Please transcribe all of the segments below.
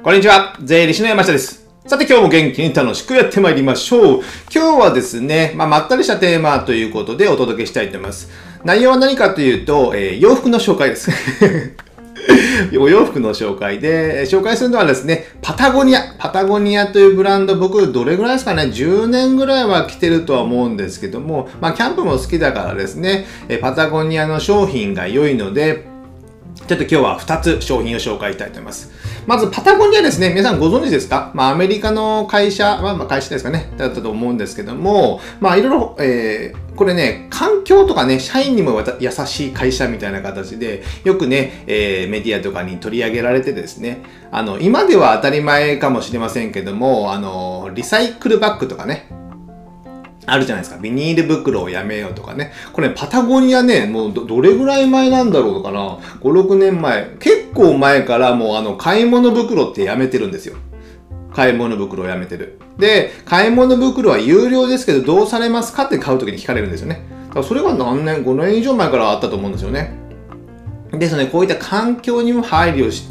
こんにちは、税理士の山下です。さて今日も元気に楽しくやってまいりましょう。今日はですね、まったりしたテーマということでお届けしたいと思います。内容は何かというと、洋服の紹介です。お洋服の紹介で、紹介するのはですね、パタゴニアというブランド、僕どれぐらいですかね、10年ぐらいは着てるとは思うんですけども、キャンプも好きだからですね、パタゴニアの商品が良いので、ちょっと今日は2つ商品を紹介したいと思います。まず、パタゴニアですね。皆さんご存知ですか？アメリカの会社、会社ですかね。だったと思うんですけども、いろいろ、これね、環境とかね、社員にも優しい会社みたいな形で、よくね、メディアとかに取り上げられてですね、今では当たり前かもしれませんけども、リサイクルバッグとかね、あるじゃないですか。ビニール袋をやめようとかね。これ、パタゴニアね、もうどれぐらい前なんだろうかな。5、6年前。結構前からもう買い物袋ってやめてるんですよ。買い物袋をやめてる。で、買い物袋は有料ですけどどうされますかって買うときに聞かれるんですよね。だからそれは何年、5年以上前からあったと思うんですよね。ですので、こういった環境にも配慮して、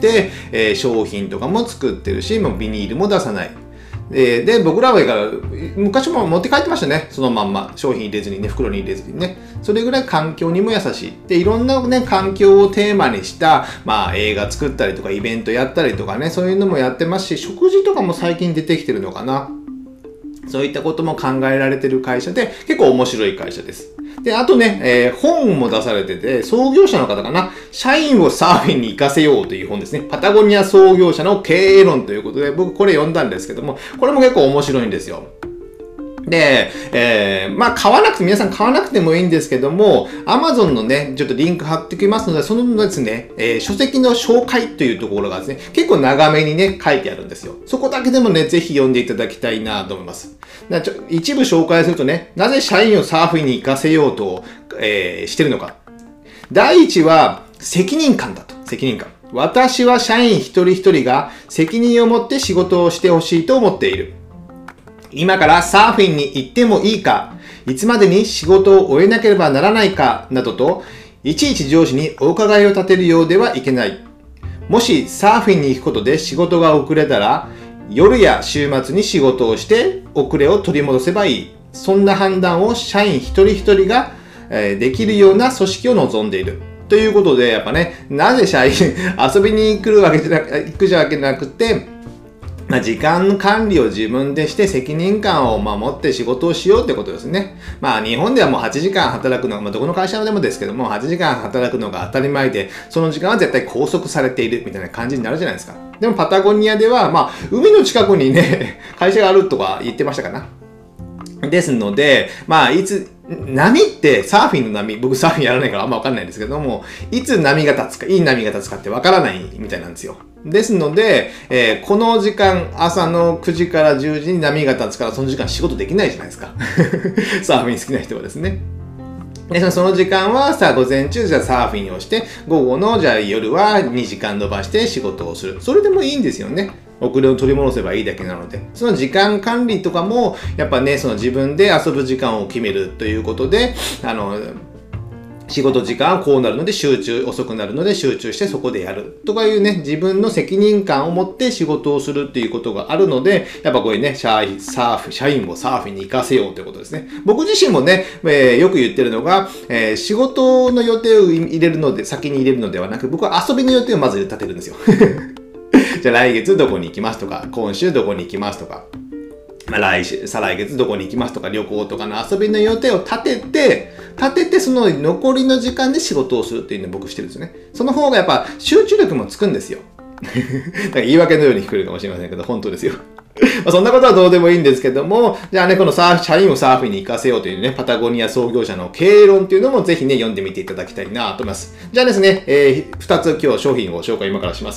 商品とかも作ってるし、もうビニールも出さない。で、僕らは昔も持って帰ってましたね。そのまんま。商品入れずにね、袋に入れずにね。それぐらい環境にも優しい。で、いろんなね、環境をテーマにした、映画作ったりとか、イベントやったりとかね、そういうのもやってますし、食事とかも最近出てきてるのかな。そういったことも考えられてる会社で、結構面白い会社です。で、あとね、本も出されてて、創業者の方かな、社員をサーフィンに行かせようという本ですね。パタゴニア創業者の経営論ということで、僕これ読んだんですけども、これも結構面白いんですよ。で、皆さん買わなくてもいいんですけども、Amazon のね、ちょっとリンク貼っておきますので、そのですね、書籍の紹介というところがですね、結構長めにね、書いてあるんですよ。そこだけでもね、ぜひ読んでいただきたいなと思います。一部紹介するとね、なぜ社員をサーフィンに行かせようと、してるのか。第一は、責任感だと。責任感。私は社員一人一人が責任を持って仕事をしてほしいと思っている。今からサーフィンに行ってもいいか、いつまでに仕事を終えなければならないか、などと、いちいち上司にお伺いを立てるようではいけない。もしサーフィンに行くことで仕事が遅れたら、夜や週末に仕事をして遅れを取り戻せばいい。そんな判断を社員一人一人ができるような組織を望んでいる。ということで、やっぱね、なぜ社員遊びに来るわけじゃなくて、時間の管理を自分でして責任感を守って仕事をしようってことですね。日本ではもう8時間働くのが、どこの会社でもですけども、8時間働くのが当たり前で、その時間は絶対拘束されているみたいな感じになるじゃないですか。でもパタゴニアでは、海の近くにね、会社があるとか言ってましたかな。ですので、波ってサーフィンの波、僕サーフィンやらないからあんまわかんないんですけども、いつ波が立つか、いい波が立つかってわからないみたいなんですよ。ですので、この時間、朝の9時から10時に波が立つから、その時間仕事できないじゃないですか。サーフィン好きな人はですね。で、その時間は午前中じゃあサーフィンをして、午後のじゃあ夜は2時間延ばして仕事をする。それでもいいんですよね。遅れを取り戻せばいいだけなので。その時間管理とかも、やっぱね、その自分で遊ぶ時間を決めるということで、仕事時間はこうなるので遅くなるので集中してそこでやるとかいうね、自分の責任感を持って仕事をするっていうことがあるので、やっぱこういうね、社員をサーフィンに行かせようということですね。僕自身もね、よく言ってるのが、仕事の予定を先に入れるのではなく、僕は遊びの予定をまず立てるんですよ。じゃあ来月どこに行きますとか、今週どこに行きますとか、再来月どこに行きますとか、旅行とかの遊びの予定を立てて、その残りの時間で仕事をするっていうのを僕してるんですよね。その方がやっぱ集中力もつくんですよ。なんか言い訳のように聞こえるかもしれませんけど、本当ですよ。そんなことはどうでもいいんですけども、じゃあね、この社員をサーフィンに行かせようというね、パタゴニア創業者の経営論っていうのもぜひね、読んでみていただきたいなと思います。じゃあですね、2つ今日商品を紹介今からします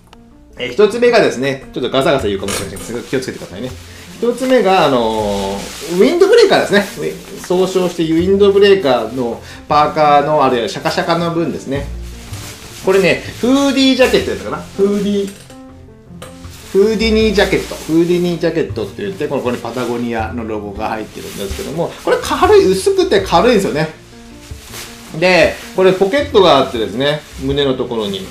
。1つ目がですね、ちょっとガサガサ言うかもしれませんけど、気をつけてくださいね。一つ目が、ウィンドブレーカーですね。総称してウィンドブレーカーのパーカーのあるいはシャカシャカの分ですね。これね、フーディージャケットやったかな。フーディニージャケットって言って、これパタゴニアのロゴが入ってるんですけども、これ薄くて軽いんですよね。で、これポケットがあってですね、胸のところに。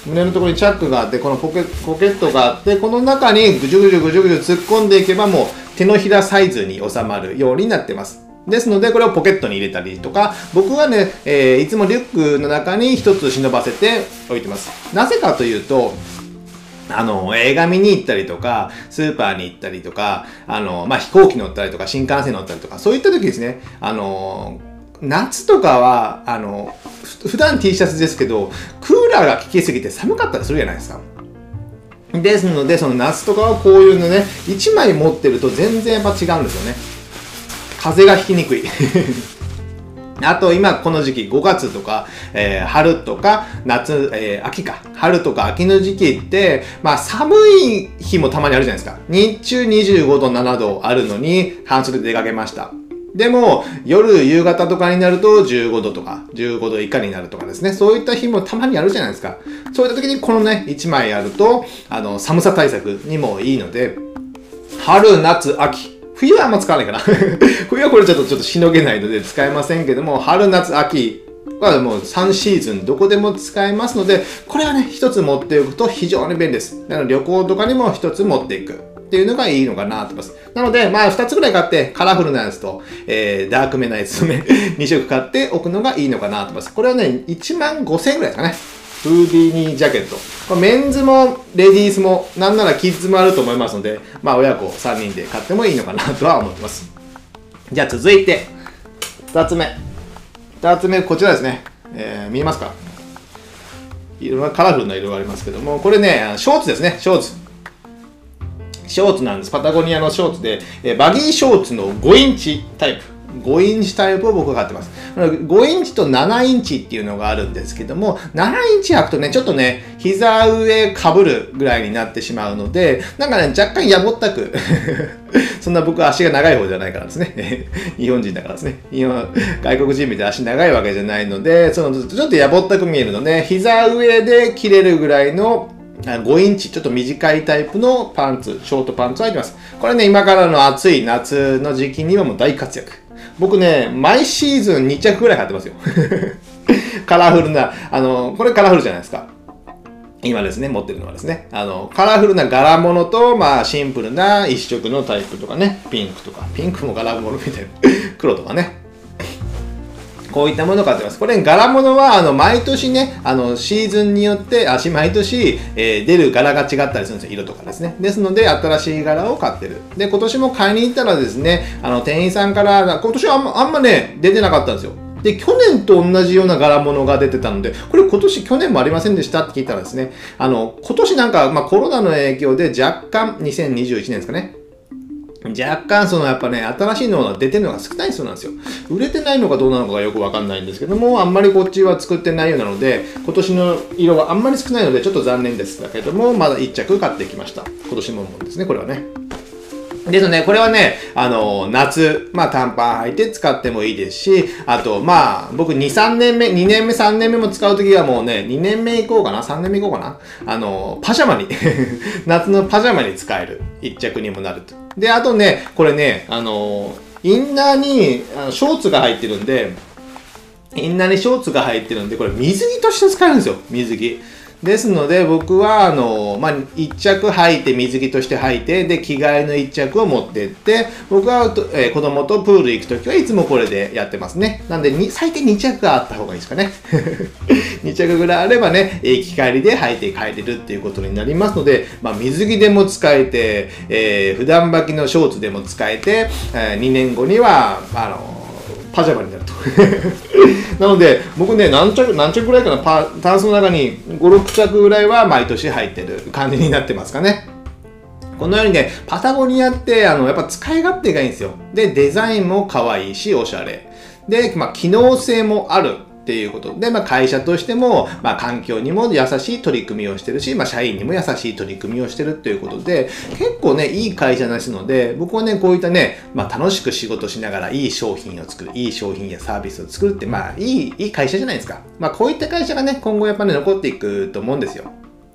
胸のところにチャックがあって、このポケットがあって、この中にぐじゅぐじゅぐじゅぐじゅ突っ込んでいけばもう手のひらサイズに収まるようになってます。ですので、これをポケットに入れたりとか、僕はね、いつもリュックの中に一つ忍ばせておいてます。なぜかというと、映画見に行ったりとか、スーパーに行ったりとか、飛行機乗ったりとか、新幹線乗ったりとか、そういった時ですね、夏とかは、普段 T シャツですけど、クーラーが効きすぎて寒かったりするじゃないですか。ですので、その夏とかはこういうのね、1枚持ってると全然やっぱ違うんですよね。風がひきにくい。あと今この時期5月とか、春とか夏、秋か。春とか秋の時期って、寒い日もたまにあるじゃないですか。日中25度、7度あるのに半袖で出かけました。でも夜、夕方とかになると15度とか15度以下になるとかですね。そういった日もたまにあるじゃないですか。そういった時にこのね、1枚あると、寒さ対策にもいいので、春、夏、秋。冬はあんま使わないかな。冬はこれちょっとしのげないので使えませんけども、春、夏、秋はもう3シーズンどこでも使えますので、これはね、一つ持っておくと非常に便利です。旅行とかにも一つ持っていくっていうのがいいのかなと思います。なので、2つぐらい買って、カラフルなやつと、ダークめなやつとね、2色買っておくのがいいのかなと思います。これはね、15,000円ぐらいですかね。フーディーニージャケット。メンズもレディースも、なんならキッズもあると思いますので、親子3人で買ってもいいのかなとは思ってます。じゃあ続いて、2つ目。2つ目、こちらですね。見えますか？いろんなカラフルな色がありますけども、これね、ショーツですね、ショーツ。ショーツなんです。パタゴニアのショーツで、バギーショーツの5インチタイプ。5インチタイプを僕が買ってます。5インチと7インチっていうのがあるんですけども、7インチ履くとね、ちょっとね、膝上かぶるぐらいになってしまうので、なんかね、若干やぼったく、そんな僕は足が長い方じゃないからですね。日本人だからですね。外国人見て足長いわけじゃないので、ちょっとやぼったく見えるので、膝上で着れるぐらいの5インチ、ちょっと短いタイプのパンツ、ショートパンツを履いてます。これね、今からの暑い夏の時期にはもう大活躍。僕ね、毎シーズン2着ぐらい買ってますよ。カラフルな、これカラフルじゃないですか。今ですね、持ってるのはですね。カラフルな柄物と、シンプルな一色のタイプとかね、ピンクとか、ピンクも柄物みたいな、黒とかね。こういったものを買ってます。これ、柄物は、毎年ね、シーズンによって、毎年、出る柄が違ったりするんですよ。色とかですね。ですので、新しい柄を買ってる。で、今年も買いに行ったらですね、店員さんから、今年はあんまね、出てなかったんですよ。で、去年と同じような柄物が出てたので、これ去年もありませんでしたって聞いたらですね、今年なんか、コロナの影響で若干、2021年ですかね。若干やっぱね、新しいのが出てるのが少ないそうなんですよ。売れてないのかどうなのかがよくわかんないんですけども、あんまりこっちは作ってないようなので、今年の色があんまり少ないので、ちょっと残念ですだけども、まだ1着買ってきました。今年もですね、これはね。ですね、これはね、夏、短パン履いて使ってもいいですし、あと、僕2、3年目、2年目、3年目も使うときはもうね、2年目以降かな ?3 年目以降かなパジャマに、夏のパジャマに使える一着にもなると。で、あとね、これね、インナーにショーツが入ってるんで、これ水着として使えるんですよ、水着。ですので、僕は、一着履いて、水着として履いて、で、着替えの一着を持ってって、僕は、子供とプール行くときはいつもこれでやってますね。なんで、最低2着あった方がいいですかね。2着ぐらいあればね、行き帰りで履いて帰れるっていうことになりますので、水着でも使えて、普段履きのショーツでも使えて、2年後には、パジャマになると。なので、僕ね、何着ぐらいかな、タンスの中に5、6着ぐらいは毎年入ってる感じになってますかね。このようにね、パタゴニアって、やっぱ使い勝手がいいんですよ。で、デザインも可愛いし、おしゃれ。で、機能性もある。っていうことで、会社としても、環境にも優しい取り組みをしてるし、社員にも優しい取り組みをしてるっていうことで、結構ね、いい会社ですので、僕はね、こういったね、楽しく仕事しながらいい商品を作る、いい商品やサービスを作るって、いい会社じゃないですか。こういった会社がね、今後やっぱね、残っていくと思うんですよ。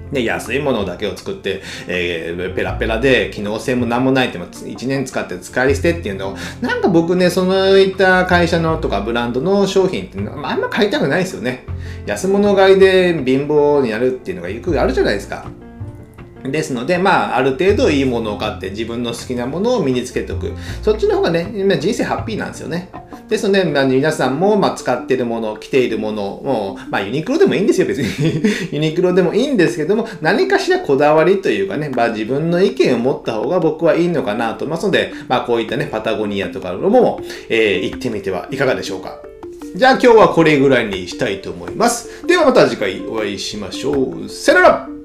ね、安いものだけを作って、ペラペラで機能性も何もないって1年使って使い捨てっていうのを、なんか僕ね、そういった会社のとかブランドの商品ってあんま買いたくないですよね。安物買いで貧乏になるっていうのがよくあるじゃないですか。ですので、ある程度いいものを買って自分の好きなものを身につけておく。そっちの方がね、人生ハッピーなんですよね。ですので、皆さんも、使っているもの、着ているものも、ユニクロでもいいんですよ、別に。ユニクロでもいいんですけども、何かしらこだわりというかね、自分の意見を持った方が僕はいいのかなと思いますので、こういったね、パタゴニアとかのも、行ってみてはいかがでしょうか。じゃあ今日はこれぐらいにしたいと思います。ではまた次回お会いしましょう。さよなら。